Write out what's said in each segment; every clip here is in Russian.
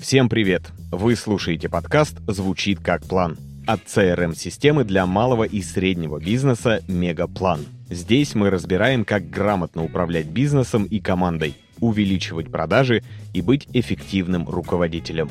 Всем привет! Вы слушаете подкаст «Звучит как план» от CRM-системы для малого и среднего бизнеса «Мегаплан». Здесь мы разбираем, как грамотно управлять бизнесом и командой, увеличивать продажи и быть эффективным руководителем.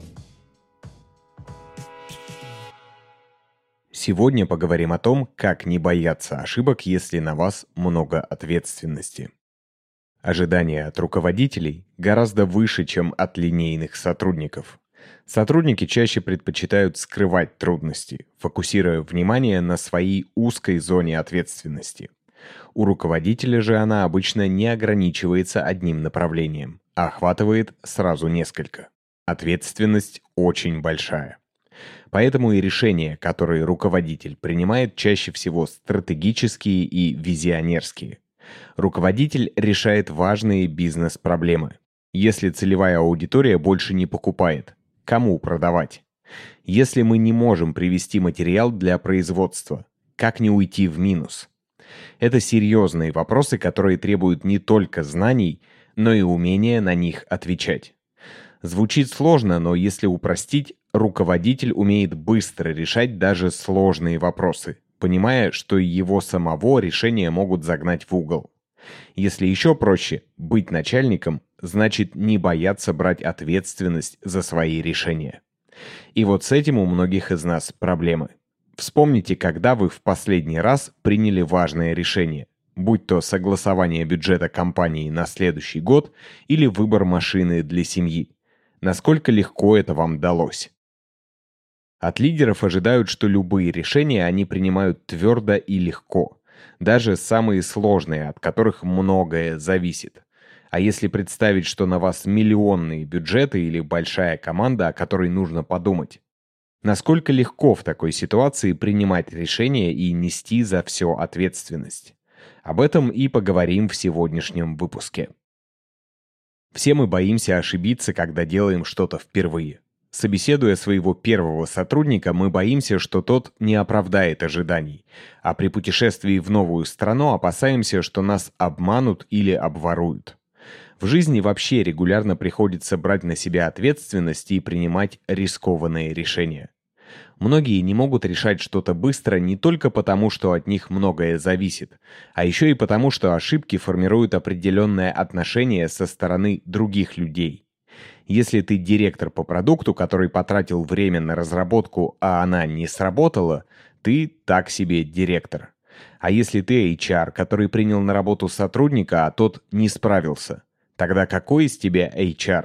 Сегодня поговорим о том, как не бояться ошибок, если на вас много ответственности. Ожидания от руководителей гораздо выше, чем от линейных сотрудников. Сотрудники чаще предпочитают скрывать трудности, фокусируя внимание на своей узкой зоне ответственности. У руководителя же она обычно не ограничивается одним направлением, а охватывает сразу несколько. Ответственность очень большая. Поэтому и решения, которые руководитель принимает, чаще всего стратегические и визионерские. Руководитель решает важные бизнес-проблемы. Если целевая аудитория больше не покупает, кому продавать? Если мы не можем привести материал для производства, как не уйти в минус? Это серьезные вопросы, которые требуют не только знаний, но и умения на них отвечать. Звучит сложно, но если упростить, руководитель умеет быстро решать даже сложные вопросы, понимая, что его самого решения могут загнать в угол. Если еще проще, быть начальником значит не бояться брать ответственность за свои решения. И вот с этим у многих из нас проблемы. Вспомните, когда вы в последний раз приняли важное решение, будь то согласование бюджета компании на следующий год или выбор машины для семьи. Насколько легко это вам далось? От лидеров ожидают, что любые решения они принимают твердо и легко, даже самые сложные, от которых многое зависит. А если представить, что на вас миллионные бюджеты или большая команда, о которой нужно подумать, насколько легко в такой ситуации принимать решения и нести за все ответственность? Об этом и поговорим в сегодняшнем выпуске. Все мы боимся ошибиться, когда делаем что-то впервые. Собеседуя своего первого сотрудника, мы боимся, что тот не оправдает ожиданий, а при путешествии в новую страну опасаемся, что нас обманут или обворуют. В жизни вообще регулярно приходится брать на себя ответственность и принимать рискованные решения. Многие не могут решать что-то быстро не только потому, что от них многое зависит, а еще и потому, что ошибки формируют определенное отношение со стороны других людей. Если ты директор по продукту, который потратил время на разработку, а она не сработала, ты так себе директор. А если ты HR, который принял на работу сотрудника, а тот не справился, тогда какой из тебя HR?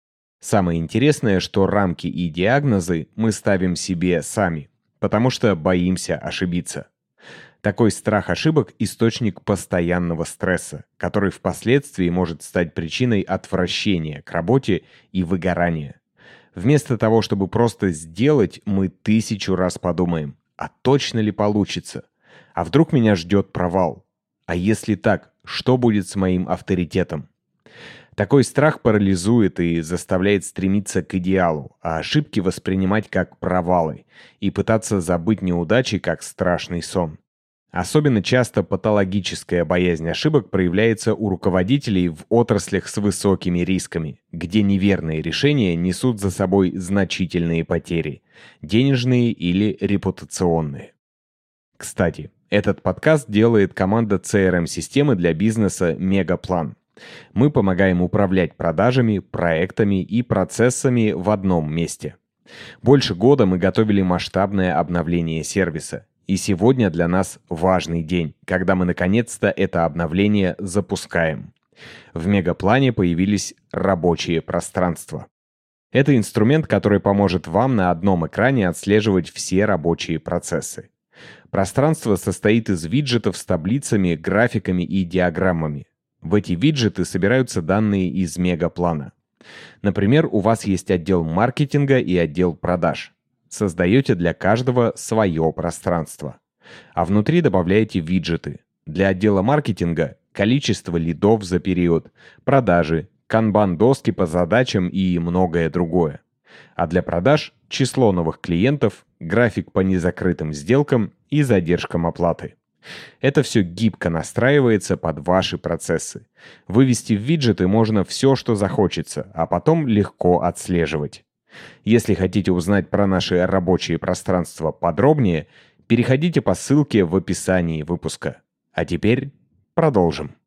Самое интересное, что рамки и диагнозы мы ставим себе сами, потому что боимся ошибиться. Такой страх ошибок – источник постоянного стресса, который впоследствии может стать причиной отвращения к работе и выгорания. Вместо того, чтобы просто сделать, мы 1000 раз подумаем, а точно ли получится? А вдруг меня ждет провал? А если так, что будет с моим авторитетом? Такой страх парализует и заставляет стремиться к идеалу, а ошибки воспринимать как провалы и пытаться забыть неудачи как страшный сон. Особенно часто патологическая боязнь ошибок проявляется у руководителей в отраслях с высокими рисками, где неверные решения несут за собой значительные потери, денежные или репутационные. Кстати, этот подкаст делает команда CRM-системы для бизнеса «Мегаплан». Мы помогаем управлять продажами, проектами и процессами в одном месте. Больше года мы готовили масштабное обновление сервиса. И сегодня для нас важный день, когда мы наконец-то это обновление запускаем. В Мегаплане появились рабочие пространства. Это инструмент, который поможет вам на одном экране отслеживать все рабочие процессы. Пространство состоит из виджетов с таблицами, графиками и диаграммами. В эти виджеты собираются данные из Мегаплана. Например, у вас есть отдел маркетинга и отдел продаж. Создаете для каждого свое пространство. А внутри добавляете виджеты. Для отдела маркетинга – количество лидов за период, продажи, канбан-доски по задачам и многое другое. А для продаж – число новых клиентов, график по незакрытым сделкам и задержкам оплаты. Это все гибко настраивается под ваши процессы. Вывести в виджеты можно все, что захочется, а потом легко отслеживать. Если хотите узнать про наши рабочие пространства подробнее, переходите по ссылке в описании выпуска. А теперь продолжим.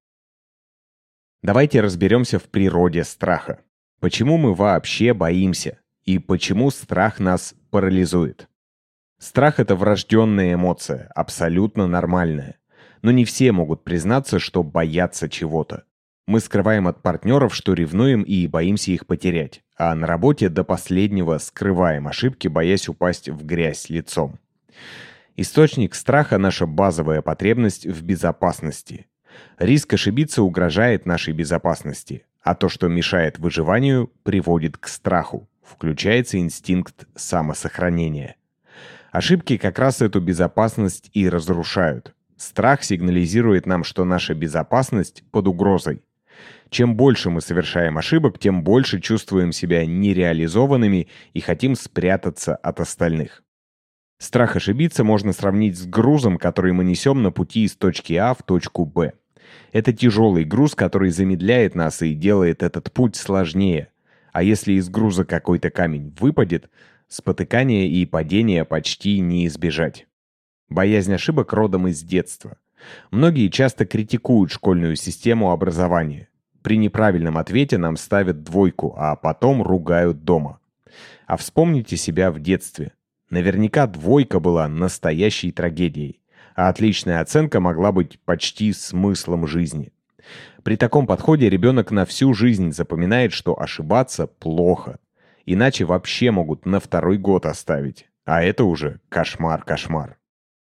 Давайте разберемся в природе страха. Почему мы вообще боимся? И почему страх нас парализует? Страх — это врожденная эмоция, абсолютно нормальная. Но не все могут признаться, что боятся чего-то. Мы скрываем от партнеров, что ревнуем и боимся их потерять. А на работе до последнего скрываем ошибки, боясь упасть в грязь лицом. Источник страха — наша базовая потребность в безопасности. Риск ошибиться угрожает нашей безопасности, а то, что мешает выживанию, приводит к страху. Включается инстинкт самосохранения. Ошибки как раз эту безопасность и разрушают. Страх сигнализирует нам, что наша безопасность под угрозой. Чем больше мы совершаем ошибок, тем больше чувствуем себя нереализованными и хотим спрятаться от остальных. Страх ошибиться можно сравнить с грузом, который мы несем на пути из точки А в точку Б. Это тяжелый груз, который замедляет нас и делает этот путь сложнее. А если из груза какой-то камень выпадет, спотыкания и падения почти не избежать. Боязнь ошибок родом из детства. Многие часто критикуют школьную систему образования. При неправильном ответе нам ставят двойку, а потом ругают дома. А вспомните себя в детстве. Наверняка двойка была настоящей трагедией, а отличная оценка могла быть почти смыслом жизни. При таком подходе ребенок на всю жизнь запоминает, что ошибаться плохо. Иначе вообще могут на второй год оставить. А это уже кошмар.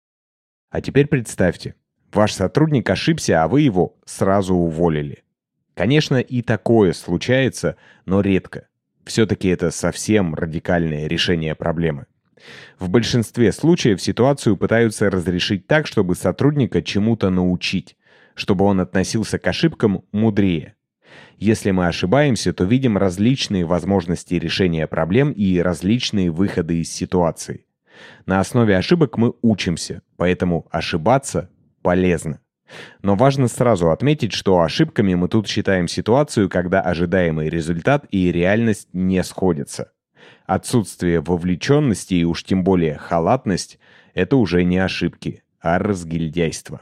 А теперь представьте, ваш сотрудник ошибся, а вы его сразу уволили. Конечно, и такое случается, но редко. Все-таки это совсем радикальное решение проблемы. В большинстве случаев ситуацию пытаются разрешить так, чтобы сотрудника чему-то научить, чтобы он относился к ошибкам мудрее. Если мы ошибаемся, то видим различные возможности решения проблем и различные выходы из ситуации. На основе ошибок мы учимся, поэтому ошибаться полезно. Но важно сразу отметить, что ошибками мы тут считаем ситуацию, когда ожидаемый результат и реальность не сходятся. Отсутствие вовлеченности и уж тем более халатность — это уже не ошибки, а разгильдяйство.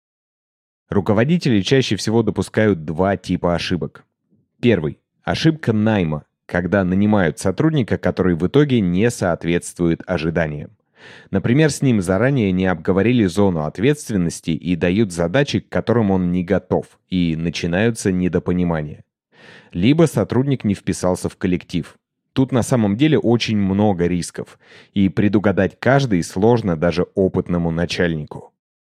Руководители чаще всего допускают два типа ошибок. Первый — ошибка найма, когда нанимают сотрудника, который в итоге не соответствует ожиданиям. Например, с ним заранее не обговорили зону ответственности и дают задачи, к которым он не готов, и начинаются недопонимания. Либо сотрудник не вписался в коллектив. Тут на самом деле очень много рисков, и предугадать каждый сложно даже опытному начальнику.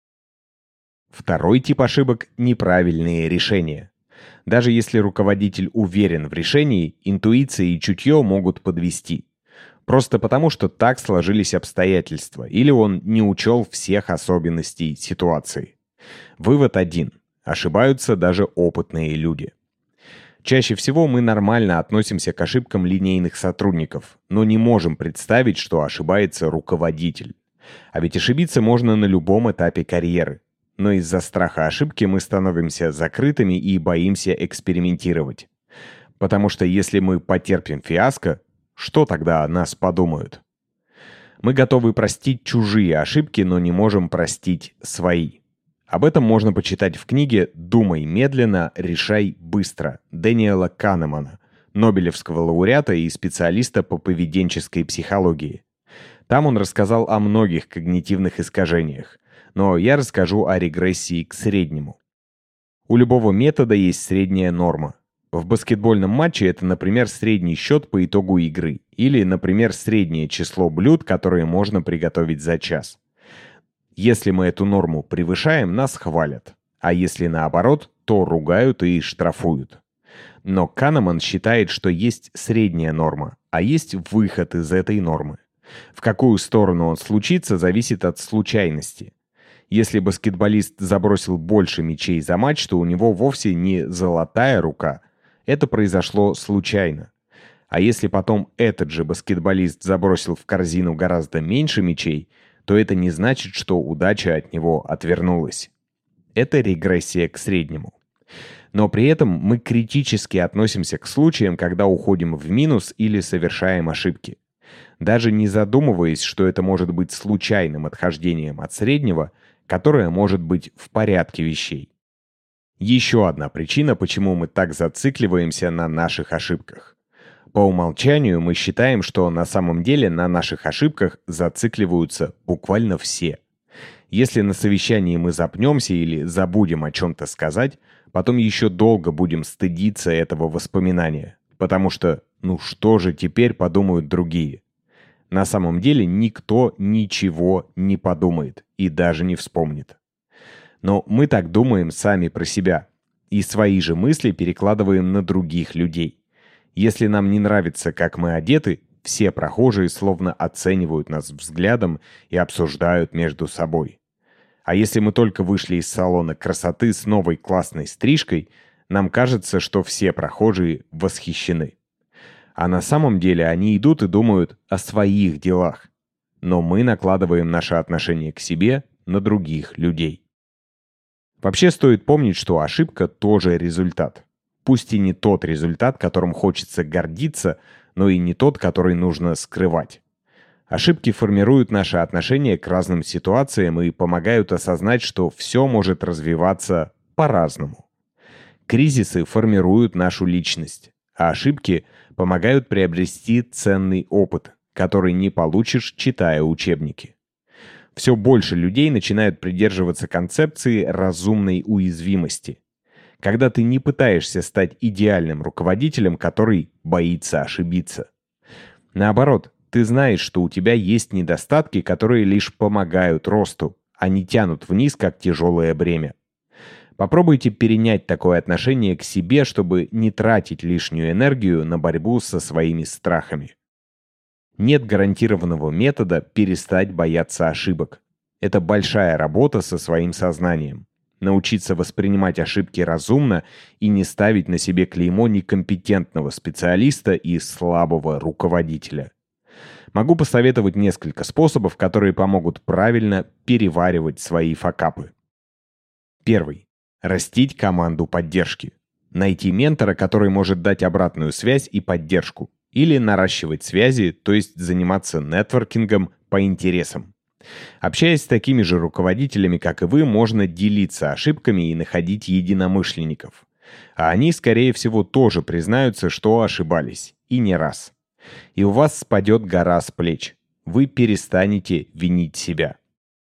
Второй тип ошибок — неправильные решения. Даже если руководитель уверен в решении, интуиция и чутье могут подвести. Просто потому, что так сложились обстоятельства, или он не учел всех особенностей ситуации. Вывод один. Ошибаются даже опытные люди. Чаще всего мы нормально относимся к ошибкам линейных сотрудников, но не можем представить, что ошибается руководитель. А ведь ошибиться можно на любом этапе карьеры. Но из-за страха ошибки мы становимся закрытыми и боимся экспериментировать. Потому что если мы потерпим фиаско, что тогда о нас подумают? Мы готовы простить чужие ошибки, но не можем простить свои. Об этом можно почитать в книге «Думай медленно, решай быстро» Дэниела Канемана, нобелевского лауреата и специалиста по поведенческой психологии. Там он рассказал о многих когнитивных искажениях, но я расскажу о регрессии к среднему. У любого метода есть средняя норма. В баскетбольном матче это, например, средний счет по итогу игры, или, например, среднее число блюд, которые можно приготовить за час. Если мы эту норму превышаем, нас хвалят, а если наоборот, то ругают и штрафуют. Но Канеман считает, что есть средняя норма, а есть выход из этой нормы. В какую сторону он случится, зависит от случайности. Если баскетболист забросил больше мячей за матч, то у него вовсе не золотая рука. Это произошло случайно. А если потом этот же баскетболист забросил в корзину гораздо меньше мячей, то это не значит, что удача от него отвернулась. Это регрессия к среднему. Но при этом мы критически относимся к случаям, когда уходим в минус или совершаем ошибки. Даже не задумываясь, что это может быть случайным отхождением от среднего, которое может быть в порядке вещей. Еще одна причина, почему мы так зацикливаемся на наших ошибках. По умолчанию мы считаем, что на самом деле на наших ошибках зацикливаются буквально все. Если на совещании мы запнемся или забудем о чем-то сказать, потом еще долго будем стыдиться этого воспоминания, потому что ну что же теперь подумают другие? На самом деле никто ничего не подумает и даже не вспомнит. Но мы так думаем сами про себя, и свои же мысли перекладываем на других людей. Если нам не нравится, как мы одеты, все прохожие словно оценивают нас взглядом и обсуждают между собой. А если мы только вышли из салона красоты с новой классной стрижкой, нам кажется, что все прохожие восхищены. А на самом деле они идут и думают о своих делах. Но мы накладываем наше отношение к себе на других людей. Вообще стоит помнить, что ошибка тоже результат. Пусть и не тот результат, которым хочется гордиться, но и не тот, который нужно скрывать. Ошибки формируют наше отношение к разным ситуациям и помогают осознать, что все может развиваться по-разному. Кризисы формируют нашу личность, а ошибки помогают приобрести ценный опыт, который не получишь, читая учебники. Все больше людей начинают придерживаться концепции разумной уязвимости. Когда ты не пытаешься стать идеальным руководителем, который боится ошибиться. Наоборот, ты знаешь, что у тебя есть недостатки, которые лишь помогают росту, а не тянут вниз, как тяжелое бремя. Попробуйте перенять такое отношение к себе, чтобы не тратить лишнюю энергию на борьбу со своими страхами. Нет гарантированного метода перестать бояться ошибок. Это большая работа со своим сознанием. Научиться воспринимать ошибки разумно и не ставить на себе клеймо некомпетентного специалиста и слабого руководителя. Могу посоветовать несколько способов, которые помогут правильно переваривать свои факапы. Первый. Растить команду поддержки. Найти ментора, который может дать обратную связь и поддержку. Или наращивать связи, то есть заниматься нетворкингом по интересам. Общаясь с такими же руководителями, как и вы, можно делиться ошибками и находить единомышленников. А они, скорее всего, тоже признаются, что ошибались. И не раз. И у вас спадет гора с плеч. Вы перестанете винить себя.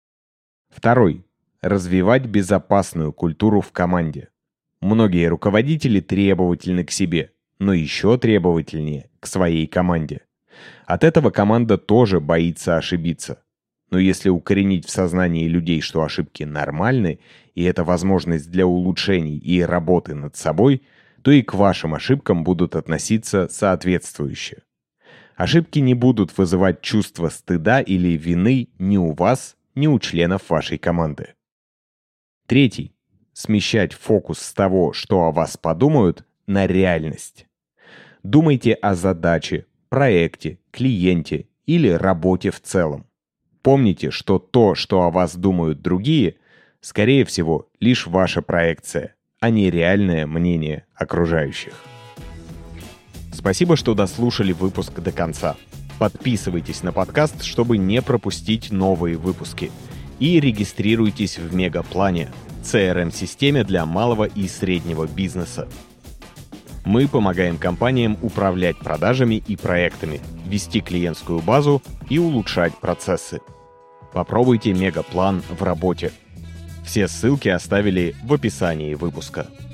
Второй. Развивать безопасную культуру в команде. Многие руководители требовательны к себе, но еще требовательнее к своей команде. От этого команда тоже боится ошибиться. Но если укоренить в сознании людей, что ошибки нормальны, и это возможность для улучшений и работы над собой, то и к вашим ошибкам будут относиться соответствующе. Ошибки не будут вызывать чувство стыда или вины ни у вас, ни у членов вашей команды. Третий. Смещать фокус с того, что о вас подумают, на реальность. Думайте о задаче, проекте, клиенте или работе в целом. Помните, что то, что о вас думают другие, скорее всего, лишь ваша проекция, а не реальное мнение окружающих. Спасибо, что дослушали выпуск до конца. Подписывайтесь на подкаст, чтобы не пропустить новые выпуски. И регистрируйтесь в Мегаплане, CRM-системе для малого и среднего бизнеса. Мы помогаем компаниям управлять продажами и проектами, вести клиентскую базу и улучшать процессы. Попробуйте Мегаплан в работе. Все ссылки оставили в описании выпуска.